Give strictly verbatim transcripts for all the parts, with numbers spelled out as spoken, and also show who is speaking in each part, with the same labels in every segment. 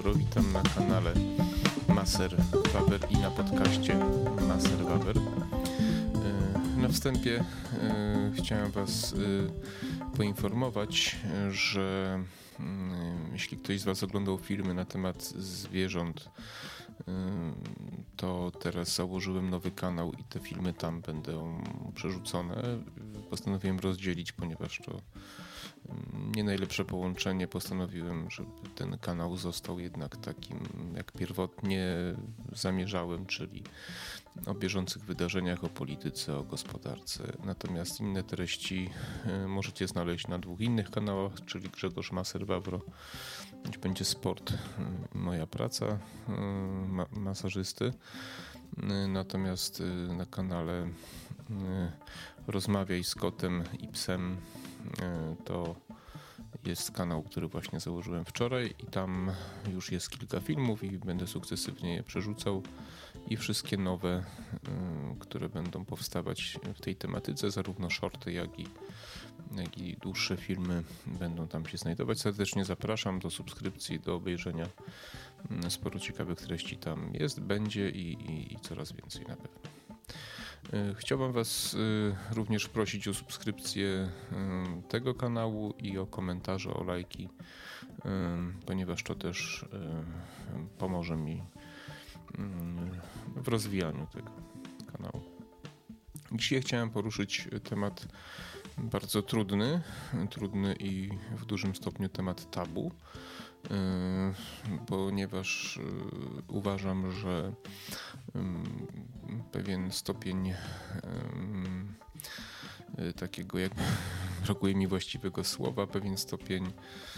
Speaker 1: Wawro. Witam na kanale Maser Wawer i na podcaście Maser Wawer. Na wstępie chciałem Was poinformować, że jeśli ktoś z Was oglądał filmy na temat zwierząt, to teraz założyłem nowy kanał i te filmy tam będą przerzucone. Postanowiłem rozdzielić, ponieważ to nie najlepsze połączenie. Postanowiłem, żeby ten kanał został jednak takim, jak pierwotnie zamierzałem, czyli o bieżących wydarzeniach, o polityce, o gospodarce. Natomiast inne treści możecie znaleźć na dwóch innych kanałach, czyli Grzegorz Maser Wawro, gdzie będzie sport, moja praca ma- masażysty. Natomiast na kanale Rozmawiaj z kotem i psem to jest kanał, który właśnie założyłem wczoraj i tam już jest kilka filmów i będę sukcesywnie je przerzucał i wszystkie nowe, które będą powstawać w tej tematyce, zarówno shorty, jak i, jak i dłuższe filmy będą tam się znajdować. Serdecznie zapraszam do subskrypcji, do obejrzenia. Sporo ciekawych treści tam jest, będzie i, i, i coraz więcej na pewno. Chciałbym Was również prosić o subskrypcję tego kanału i o komentarze, o lajki, ponieważ to też pomoże mi w rozwijaniu tego kanału. Dzisiaj chciałem poruszyć temat bardzo trudny, trudny i w dużym stopniu temat tabu, ponieważ uważam, że pewien stopień takiego, jak brakuje mi właściwego słowa, pewien stopień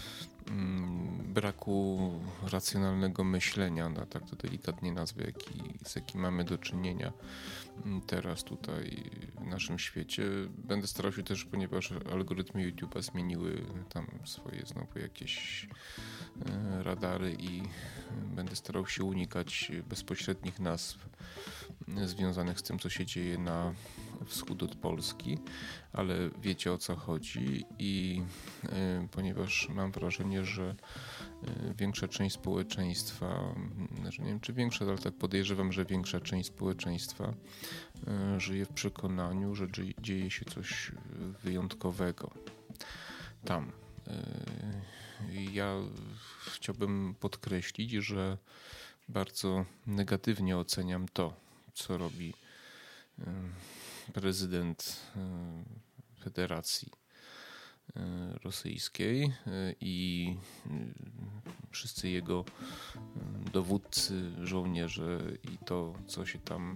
Speaker 1: braku racjonalnego myślenia, no, tak to delikatnie nazwę, jaki, z jakim mamy do czynienia teraz tutaj w naszym świecie. Będę starał się też, ponieważ algorytmy YouTube'a zmieniły tam swoje znowu jakieś radary i będę starał się unikać bezpośrednich nazw związanych z tym, co się dzieje na wschód od Polski, ale wiecie, o co chodzi i y, ponieważ mam wrażenie, że y, większa część społeczeństwa, znaczy nie wiem czy większa, ale tak podejrzewam, że większa część społeczeństwa y, żyje w przekonaniu, że dzie- dzieje się coś wyjątkowego tam. Y, ja chciałbym podkreślić, że bardzo negatywnie oceniam to, co robi y, prezydent Federacji Rosyjskiej i wszyscy jego dowódcy, żołnierze i to, co się tam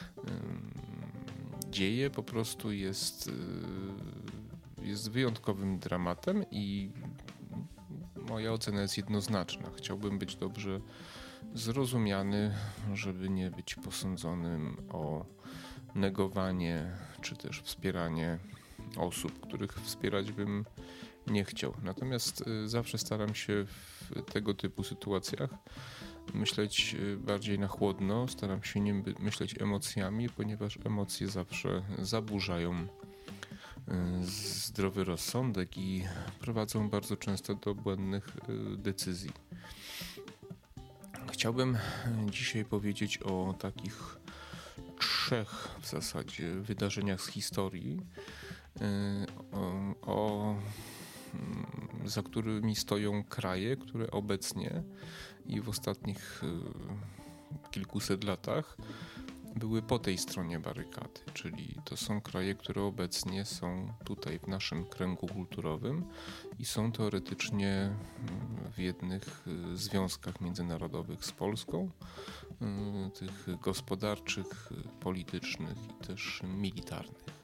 Speaker 1: dzieje, po prostu jest, jest wyjątkowym dramatem i moja ocena jest jednoznaczna. Chciałbym być dobrze zrozumiany, żeby nie być posądzonym o negowanie czy też wspieranie osób, których wspierać bym nie chciał. Natomiast zawsze staram się w tego typu sytuacjach myśleć bardziej na chłodno, staram się nie myśleć emocjami, ponieważ emocje zawsze zaburzają zdrowy rozsądek i prowadzą bardzo często do błędnych decyzji. Chciałbym dzisiaj powiedzieć o takich trzech w zasadzie wydarzeniach z historii, o, o, za którymi stoją kraje, które obecnie i w ostatnich kilkuset latach były po tej stronie barykady, czyli to są kraje, które obecnie są tutaj w naszym kręgu kulturowym i są teoretycznie w jednych związkach międzynarodowych z Polską, tych gospodarczych, politycznych i też militarnych.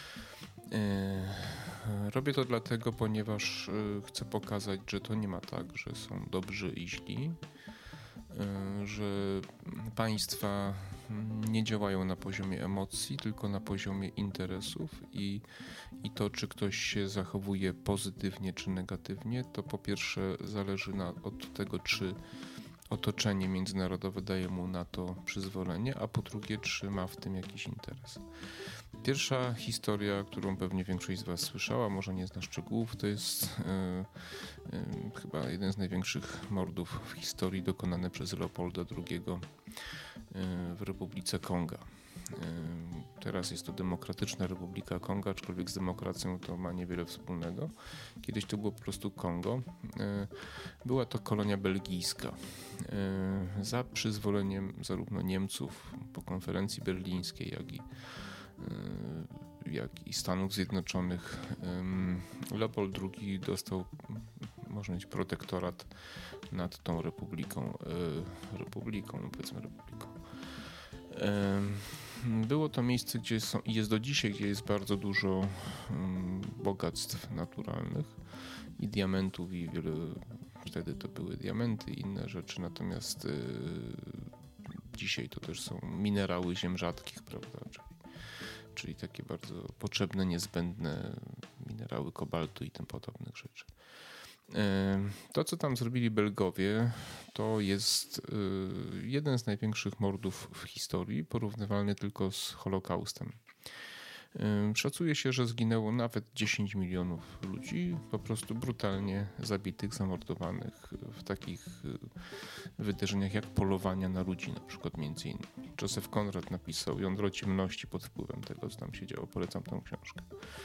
Speaker 1: Robię to dlatego, ponieważ chcę pokazać, że to nie ma tak, że są dobrzy i źli, że państwa nie działają na poziomie emocji, tylko na poziomie interesów i, i to, czy ktoś się zachowuje pozytywnie czy negatywnie, to po pierwsze zależy na, od tego, czy otoczenie międzynarodowe daje mu na to przyzwolenie, a po drugie, czy ma w tym jakiś interes. Pierwsza historia, którą pewnie większość z was słyszała, może nie zna szczegółów, to jest y, y, chyba jeden z największych mordów w historii dokonany przez Leopolda drugiego y, w Republice Konga. Y, teraz jest to Demokratyczna Republika Konga, aczkolwiek z demokracją to ma niewiele wspólnego. Kiedyś to było po prostu Kongo. Y, była to kolonia belgijska. Y, za przyzwoleniem zarówno Niemców po konferencji berlińskiej, jak i jak i Stanów Zjednoczonych, Leopold drugi dostał, można powiedzieć, protektorat nad tą republiką, republiką, powiedzmy republiką. Było to miejsce, gdzie są, i jest do dzisiaj, gdzie jest bardzo dużo bogactw naturalnych i diamentów, i wiele, wtedy to były diamenty i inne rzeczy, natomiast dzisiaj to też są minerały ziem rzadkich, prawda, czyli czyli takie bardzo potrzebne, niezbędne minerały kobaltu i tym podobnych rzeczy. To, co tam zrobili Belgowie, to jest jeden z największych mordów w historii, porównywalny tylko z Holokaustem. Szacuje się, że zginęło nawet dziesięć milionów ludzi, po prostu brutalnie zabitych, zamordowanych w takich wydarzeniach jak polowania na ludzi, na przykład między innymi. Joseph Conrad napisał Jądro ciemności pod wpływem tego, co tam się działo. Polecam tę książkę.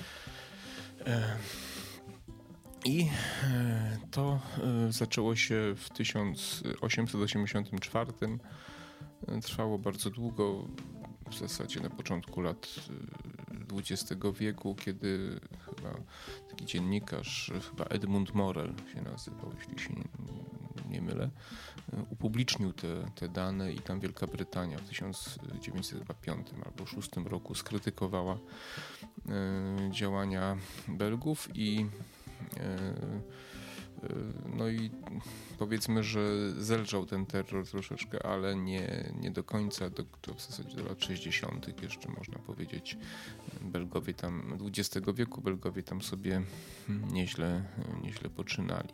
Speaker 1: I to zaczęło się w tysiąc osiemset osiemdziesiątym czwartym. Trwało bardzo długo, w zasadzie na początku lat dwudziestego wieku, kiedy chyba taki dziennikarz, chyba Edmund Morel się nazywał, jeśli się nie, nie mylę, upublicznił te, te dane i tam Wielka Brytania w tysiąc dziewięćset piątym albo szóstym roku skrytykowała e, działania Belgów i e, no i powiedzmy, że zelżał ten terror troszeczkę, ale nie, nie do końca, do, to w zasadzie do lat sześćdziesiątych jeszcze można powiedzieć. Belgowie tam, dwudziestego wieku Belgowie tam sobie nieźle, nieźle poczynali.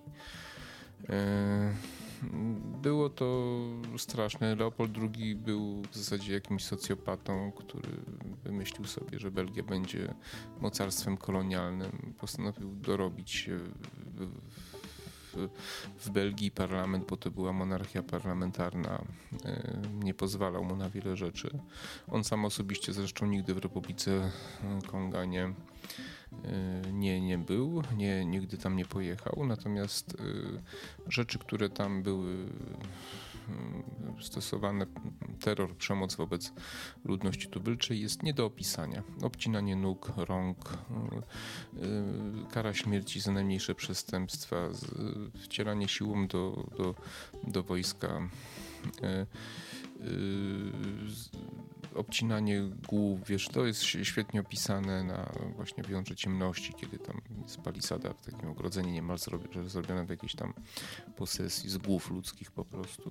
Speaker 1: Było to straszne. Leopold drugi był w zasadzie jakimś socjopatą, który wymyślił sobie, że Belgia będzie mocarstwem kolonialnym. Postanowił dorobić się w, w, w Belgii parlament, bo to była monarchia parlamentarna. Nie pozwalał mu na wiele rzeczy. On sam osobiście zresztą nigdy w Republice Konga nie Nie, nie był, nie, nigdy tam nie pojechał, natomiast y, rzeczy, które tam były y, stosowane, terror, przemoc wobec ludności tubylczej jest nie do opisania. Obcinanie nóg, rąk, y, y, kara śmierci za najmniejsze przestępstwa, z, wcielanie siłą do, do, do wojska, y, obcinanie głów, wiesz, to jest świetnie opisane na właśnie w Jądrze ciemności, kiedy tam jest palisada w takim ogrodzeniu niemal zrobione, zrobione w jakiejś tam posesji z głów ludzkich po prostu.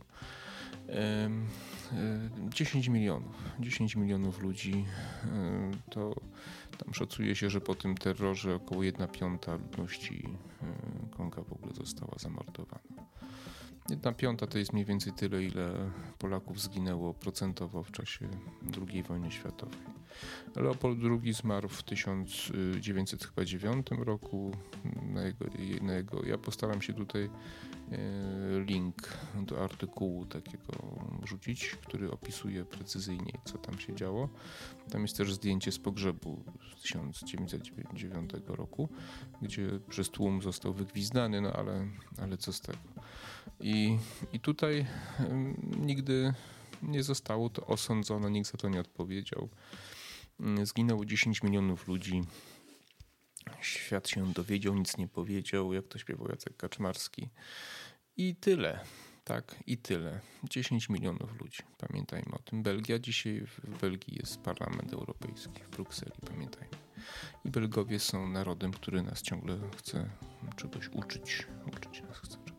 Speaker 1: dziesięć milionów. dziesięć milionów ludzi. To tam szacuje się, że po tym terrorze około jedna piąta ludności Konga w ogóle została zamordowana. Jedna piąta to jest mniej więcej tyle, ile Polaków zginęło procentowo w czasie drugiej wojny światowej. Leopold drugi zmarł w tysiąc dziewięćset dziewiątym roku. Na jego, na jego, ja postaram się tutaj link do artykułu takiego rzucić, który opisuje precyzyjnie, co tam się działo. Tam jest też zdjęcie z pogrzebu z tysiąc dziewięćset dziewiątego roku, gdzie przez tłum został wygwizdany, no ale, ale co z tego. I, i tutaj nigdy nie zostało to osądzone, nikt za to nie odpowiedział. Zginęło dziesięć milionów ludzi. Świat się dowiedział, nic nie powiedział, jak to śpiewał Jacek Kaczmarski. I tyle, tak, i tyle. dziesięć milionów ludzi, pamiętajmy o tym. Belgia, dzisiaj w Belgii jest Parlament Europejski, w Brukseli, pamiętajmy. I Belgowie są narodem, który nas ciągle chce czegoś uczyć, uczyć nas chce czegoś.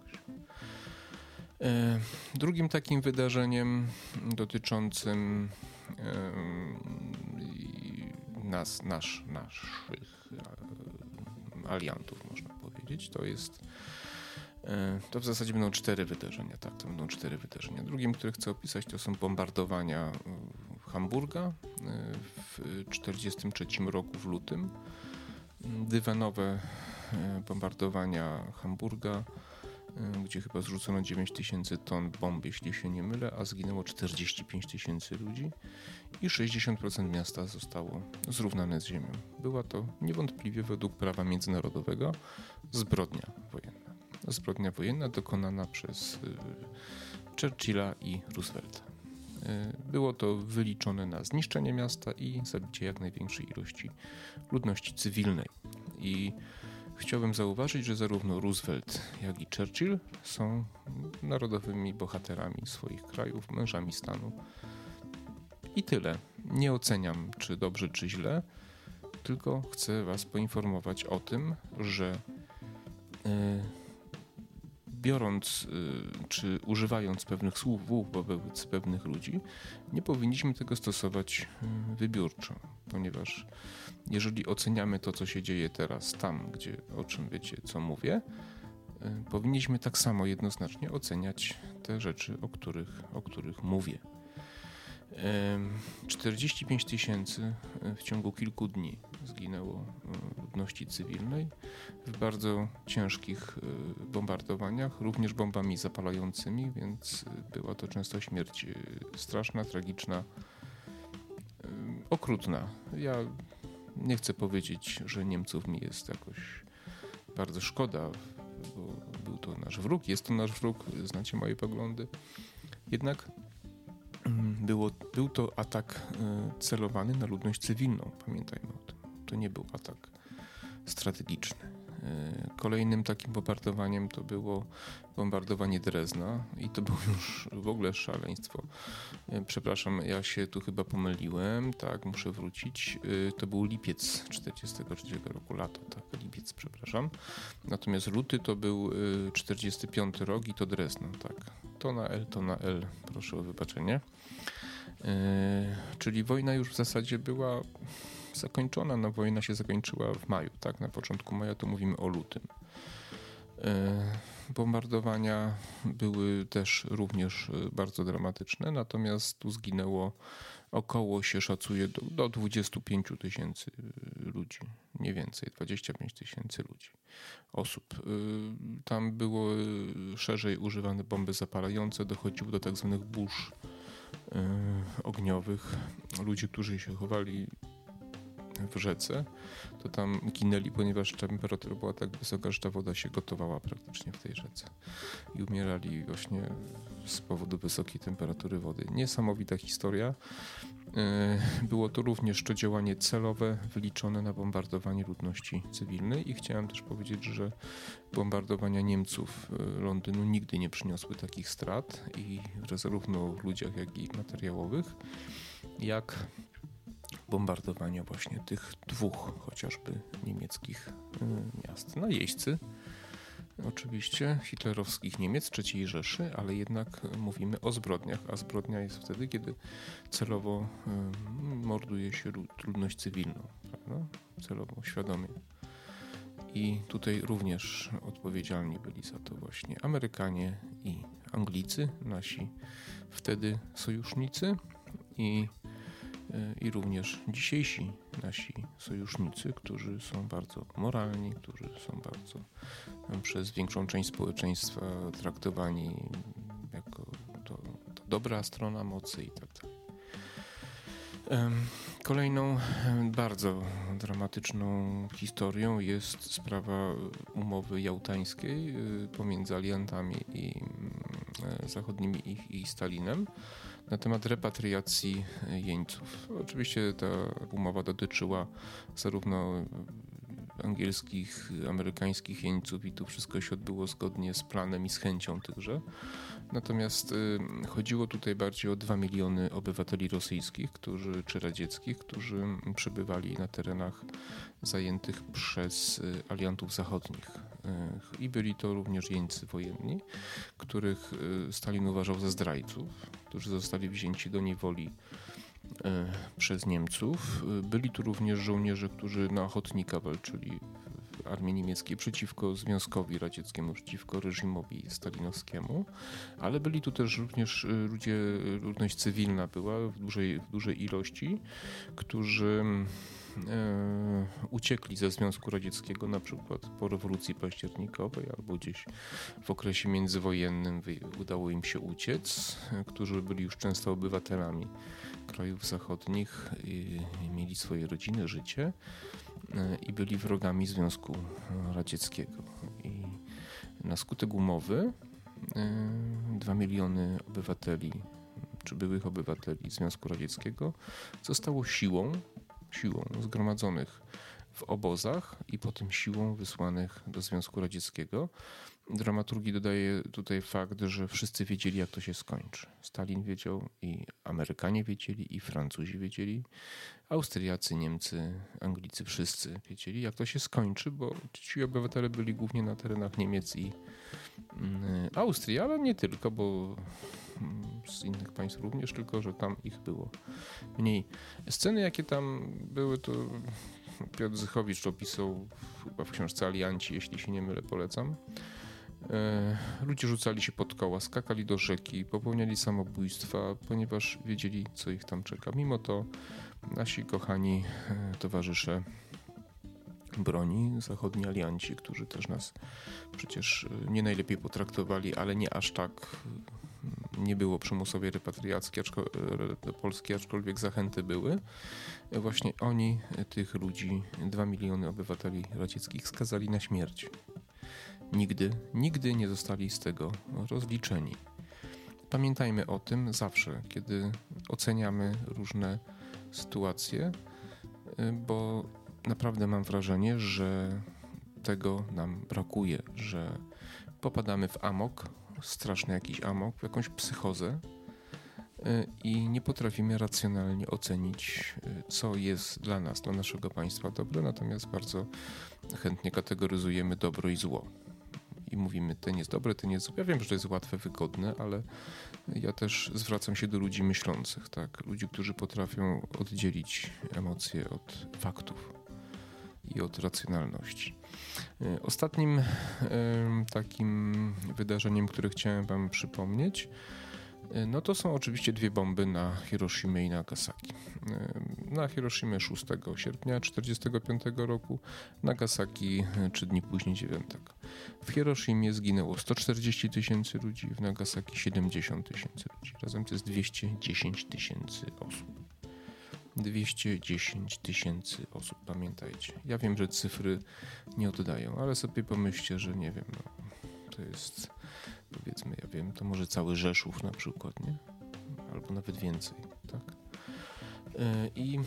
Speaker 1: Drugim takim wydarzeniem dotyczącym nas, nasz, naszych aliantów, można powiedzieć, to jest to w zasadzie będą cztery wydarzenia, tak, to będą cztery wydarzenia. Drugim, które chcę opisać, to są bombardowania Hamburga w tysiąc dziewięćset czterdziestym trzecim roku w lutym. Dywanowe bombardowania Hamburga, gdzie chyba zrzucono dziewięć tysięcy ton bomb, jeśli się nie mylę, a zginęło czterdzieści pięć tysięcy ludzi i sześćdziesiąt procent miasta zostało zrównane z ziemią. Była to niewątpliwie według prawa międzynarodowego zbrodnia wojenna. Zbrodnia wojenna dokonana przez Churchilla i Roosevelta. Było to wyliczone na zniszczenie miasta i zabicie jak największej ilości ludności cywilnej. I chciałbym zauważyć, że zarówno Roosevelt, jak i Churchill są narodowymi bohaterami swoich krajów, mężami stanu. I tyle. Nie oceniam, czy dobrze, czy źle, tylko chcę was poinformować o tym, że yy, biorąc yy, czy używając pewnych słów wobec pewnych ludzi, nie powinniśmy tego stosować yy, wybiórczo, ponieważ jeżeli oceniamy to, co się dzieje teraz tam, gdzie, o czym wiecie, co mówię, yy, powinniśmy tak samo jednoznacznie oceniać te rzeczy, o których, o których mówię. czterdzieści pięć tysięcy w ciągu kilku dni zginęło ludności cywilnej w bardzo ciężkich bombardowaniach, również bombami zapalającymi, więc była to często śmierć straszna, tragiczna, okrutna. Ja nie chcę powiedzieć, że Niemców mi jest jakoś bardzo szkoda, bo był to nasz wróg, jest to nasz wróg, znacie moje poglądy. Jednak Było, był to atak celowany na ludność cywilną, pamiętajmy o tym. To nie był atak strategiczny. Kolejnym takim bombardowaniem to było bombardowanie Drezna i to było już w ogóle szaleństwo. Przepraszam, ja się tu chyba pomyliłem, tak, muszę wrócić. To był lipiec czterdziestego trzeciego roku, lato, tak, lipiec, przepraszam. Natomiast luty to był czterdziesty piąty rok i to Drezno, tak. To na L, to na L, proszę o wybaczenie. Yy, czyli wojna już w zasadzie była zakończona, no wojna się zakończyła w maju, tak, na początku maja, to mówimy o lutym. Yy, bombardowania były też również bardzo dramatyczne, natomiast tu zginęło około, się szacuje, do, do dwudziestu pięciu tysięcy ludzi, nie więcej, dwadzieścia pięć tysięcy ludzi, osób. Yy, tam były szerzej używane bomby zapalające, dochodziło do tak zwanych burz yy, ogniowych. Ludzie, którzy się chowali w rzece, to tam ginęli, ponieważ temperatura była tak wysoka, że ta woda się gotowała praktycznie w tej rzece i umierali właśnie z powodu wysokiej temperatury wody. Niesamowita historia. Było to również to działanie celowe wyliczone na bombardowanie ludności cywilnej i chciałem też powiedzieć, że bombardowania Niemców Londynu nigdy nie przyniosły takich strat i zarówno w ludziach, jak i materiałowych, jak bombardowania właśnie tych dwóch chociażby niemieckich miast. Najeźdźcy oczywiście hitlerowskich Niemiec, trzeciej Rzeszy, ale jednak mówimy o zbrodniach, a zbrodnia jest wtedy, kiedy celowo morduje się ludność cywilną, prawda? Celowo, świadomie. I tutaj również odpowiedzialni byli za to właśnie Amerykanie i Anglicy, nasi wtedy sojusznicy i i również dzisiejsi nasi sojusznicy, którzy są bardzo moralni, którzy są bardzo przez większą część społeczeństwa traktowani jako to, to dobra strona mocy i tak dalej. Kolejną bardzo dramatyczną historią jest sprawa umowy jałtańskiej pomiędzy aliantami i zachodnimi i, i Stalinem na temat repatriacji jeńców. Oczywiście ta umowa dotyczyła zarówno angielskich, amerykańskich jeńców i tu wszystko się odbyło zgodnie z planem i z chęcią tychże. Natomiast y, chodziło tutaj bardziej o dwa miliony obywateli rosyjskich, którzy, czy radzieckich, którzy przebywali na terenach zajętych przez y, aliantów zachodnich. Y, I byli to również jeńcy wojenni, których y, Stalin uważał za zdrajców, którzy zostali wzięci do niewoli przez Niemców. Byli tu również żołnierze, którzy na ochotnika walczyli w armii niemieckiej przeciwko Związkowi Radzieckiemu, przeciwko reżimowi stalinowskiemu, ale byli tu też również ludzie, ludność cywilna była w dużej, w dużej ilości, którzy e, uciekli ze Związku Radzieckiego na przykład po rewolucji październikowej albo gdzieś w okresie międzywojennym udało im się uciec, którzy byli już często obywatelami krajów zachodnich i mieli swoje rodziny, życie i byli wrogami Związku Radzieckiego. I na skutek umowy dwa miliony obywateli, czy byłych obywateli Związku Radzieckiego zostało siłą, siłą zgromadzonych w obozach i potem siłą wysłanych do Związku Radzieckiego. Dramaturgii dodaje tutaj fakt, że wszyscy wiedzieli, jak to się skończy. Stalin wiedział i Amerykanie wiedzieli i Francuzi wiedzieli, Austriacy, Niemcy, Anglicy, wszyscy wiedzieli, jak to się skończy, bo ci obywatele byli głównie na terenach Niemiec i Austrii, ale nie tylko, bo z innych państw również, tylko że tam ich było mniej. Sceny, jakie tam były, to Piotr Zychowicz opisał chyba w książce Alianci, jeśli się nie mylę, polecam. Ludzie rzucali się pod koła, skakali do rzeki, popełniali samobójstwa, ponieważ wiedzieli, co ich tam czeka. Mimo to nasi kochani towarzysze broni, zachodni alianci, którzy też nas przecież nie najlepiej potraktowali, ale nie aż tak, nie było przymusowej repatriacji do Polski, aczkolwiek zachęty były. Właśnie oni tych ludzi, dwa miliony obywateli radzieckich skazali na śmierć. Nigdy, nigdy nie zostali z tego rozliczeni. Pamiętajmy o tym zawsze, kiedy oceniamy różne sytuacje, bo naprawdę mam wrażenie, że tego nam brakuje, że popadamy w amok, straszny jakiś amok, w jakąś psychozę i nie potrafimy racjonalnie ocenić, co jest dla nas, dla naszego państwa dobre, natomiast bardzo chętnie kategoryzujemy dobro i zło. I mówimy, ten jest dobry, ten jest zły. Ja wiem, że to jest łatwe, wygodne, ale ja też zwracam się do ludzi myślących, tak? Ludzi, którzy potrafią oddzielić emocje od faktów i od racjonalności. Ostatnim takim wydarzeniem, które chciałem wam przypomnieć, no to są oczywiście dwie bomby na Hiroshimę i Nagasaki. Na Hiroshimę szóstego sierpnia tysiąc dziewięćset czterdziestego piątego roku, Nagasaki trzy dni później dziewiątego. W Hiroshimie zginęło sto czterdzieści tysięcy ludzi, w Nagasaki siedemdziesiąt tysięcy ludzi. Razem to jest dwieście dziesięć tysięcy osób. dwieście dziesięć tysięcy osób, pamiętajcie. Ja wiem, że cyfry nie oddają, ale sobie pomyślcie, że nie wiem, no, to jest, powiedzmy, ja wiem, to może cały Rzeszów na przykład, nie? Albo nawet więcej, tak? I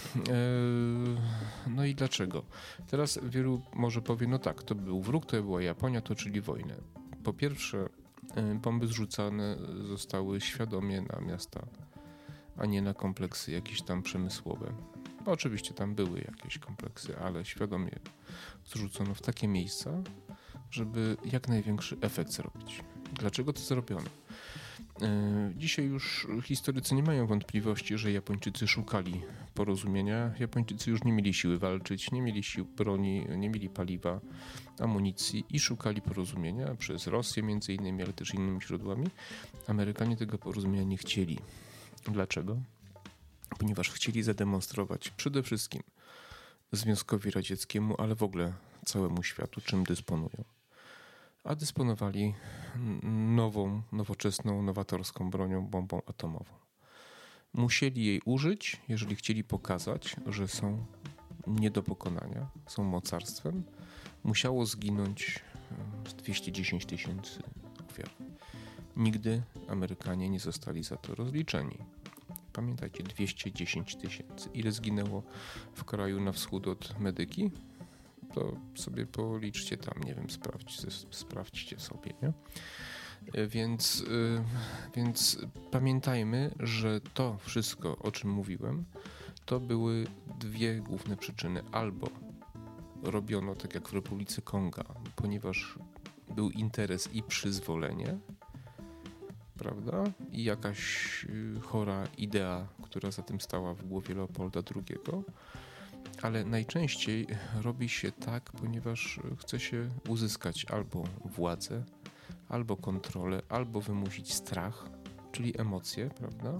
Speaker 1: no i dlaczego? Teraz wielu może powie, no tak, to był wróg, to była Japonia, toczyli wojnę. Po pierwsze, bomby zrzucane zostały świadomie na miasta, a nie na kompleksy jakieś tam przemysłowe. No, oczywiście tam były jakieś kompleksy, ale świadomie zrzucono w takie miejsca, żeby jak największy efekt zrobić. Dlaczego to zrobiono? Dzisiaj już historycy nie mają wątpliwości, że Japończycy szukali porozumienia. Japończycy już nie mieli siły walczyć, nie mieli sił broni, nie mieli paliwa, amunicji i szukali porozumienia przez Rosję między innymi, ale też innymi źródłami. Amerykanie tego porozumienia nie chcieli. Dlaczego? Ponieważ chcieli zademonstrować przede wszystkim Związkowi Radzieckiemu, ale w ogóle całemu światu, czym dysponują. A dysponowali nową, nowoczesną, nowatorską bronią, bombą atomową. Musieli jej użyć, jeżeli chcieli pokazać, że są nie do pokonania, są mocarstwem. Musiało zginąć dwieście dziesięć tysięcy ofiar. Nigdy Amerykanie nie zostali za to rozliczeni. Pamiętajcie, dwieście dziesięć tysięcy. Ile zginęło w kraju na wschód od Medyki? To sobie policzcie tam, nie wiem, sprawdźcie, sprawdźcie sobie, nie? Więc, więc pamiętajmy, że to wszystko, o czym mówiłem, to były dwie główne przyczyny. Albo robiono tak jak w Republice Konga, ponieważ był interes i przyzwolenie, prawda? I jakaś chora idea, która za tym stała w głowie Leopolda drugiego. Ale najczęściej robi się tak, ponieważ chce się uzyskać albo władzę, albo kontrolę, albo wymusić strach, czyli emocje, prawda?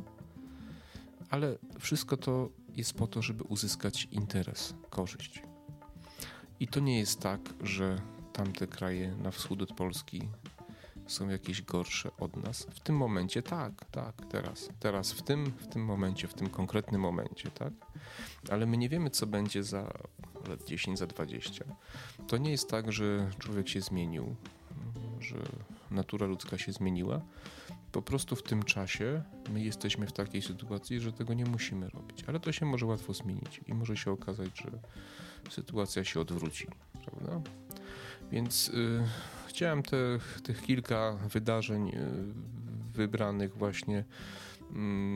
Speaker 1: Ale wszystko to jest po to, żeby uzyskać interes, korzyść. I to nie jest tak, że tamte kraje na wschód od Polski są jakieś gorsze od nas. W tym momencie tak, tak, teraz. Teraz w tym, w tym momencie, w tym konkretnym momencie, tak? Ale my nie wiemy, co będzie za lat dziesięć, za dwadzieścia. To nie jest tak, że człowiek się zmienił, że natura ludzka się zmieniła. Po prostu w tym czasie my jesteśmy w takiej sytuacji, że tego nie musimy robić. Ale to się może łatwo zmienić i może się okazać, że sytuacja się odwróci, prawda? Więc y, chciałem te, tych kilka wydarzeń y, wybranych właśnie y,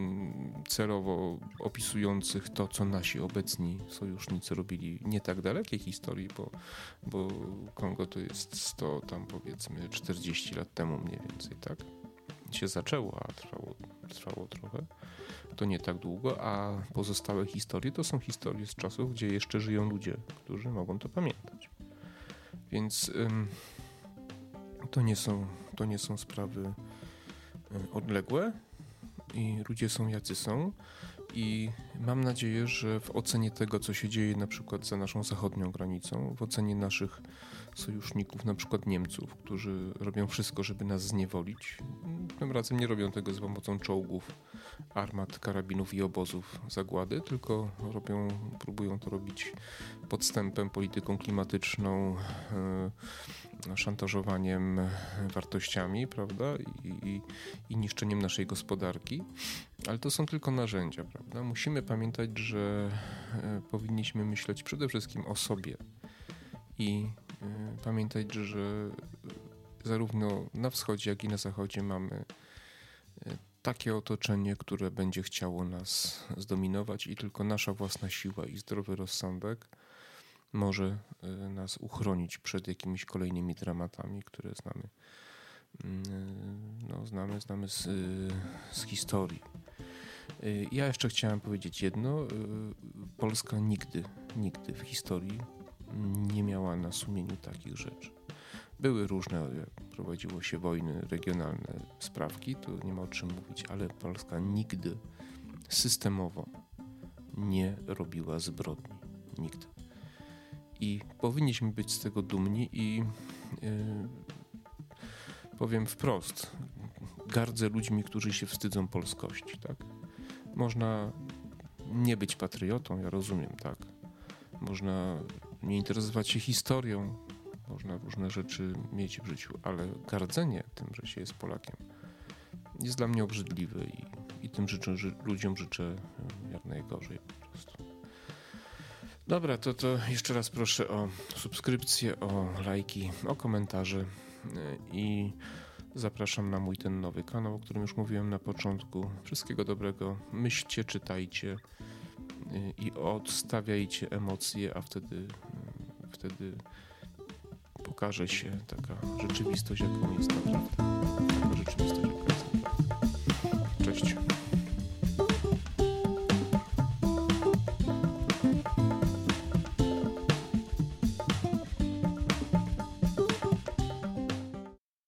Speaker 1: celowo opisujących to, co nasi obecni sojusznicy robili nie tak dalekiej historii, bo, bo Kongo to jest sto, tam powiedzmy czterdzieści lat temu mniej więcej, tak? Się zaczęło, a trwało, trwało trochę. To nie tak długo, a pozostałe historie to są historie z czasów, gdzie jeszcze żyją ludzie, którzy mogą to pamiętać. Więc ym, to nie są, to nie są sprawy y, odległe i ludzie są jacy są i mam nadzieję, że w ocenie tego, co się dzieje na przykład za naszą zachodnią granicą, w ocenie naszych sojuszników, na przykład Niemców, którzy robią wszystko, żeby nas zniewolić, tym razem nie robią tego z pomocą czołgów, armat, karabinów i obozów zagłady, tylko robią, próbują to robić podstępem, polityką klimatyczną, yy, szantażowaniem wartościami, prawda, I, i, i niszczeniem naszej gospodarki, ale to są tylko narzędzia, prawda. Musimy pamiętać, że yy, powinniśmy myśleć przede wszystkim o sobie i yy, pamiętać, że zarówno na wschodzie, jak i na zachodzie mamy yy, takie otoczenie, które będzie chciało nas zdominować i tylko nasza własna siła i zdrowy rozsądek może nas uchronić przed jakimiś kolejnymi dramatami, które znamy, no, znamy, znamy z, z historii. Ja jeszcze chciałem powiedzieć jedno. Polska nigdy, nigdy w historii nie miała na sumieniu takich rzeczy. Były różne, prowadziło się wojny regionalne, sprawki, tu nie ma o czym mówić, ale Polska nigdy systemowo nie robiła zbrodni. Nigdy. I powinniśmy być z tego dumni i yy, powiem wprost, gardzę ludźmi, którzy się wstydzą polskości, tak? Można nie być patriotą, ja rozumiem, tak? Można nie interesować się historią, można różne rzeczy mieć w życiu, ale gardzenie tym, że się jest Polakiem, jest dla mnie obrzydliwe i, i tym życzę, że ludziom życzę jak najgorzej po prostu. Dobra, to, to jeszcze raz proszę o subskrypcję, o lajki, o komentarze i zapraszam na mój ten nowy kanał, o którym już mówiłem na początku. Wszystkiego dobrego, myślcie, czytajcie i odstawiajcie emocje, a wtedy, wtedy pokaże się taka rzeczywistość, jaką jest naprawdę. Taka rzeczywistość, jaka jest naprawdę. Cześć.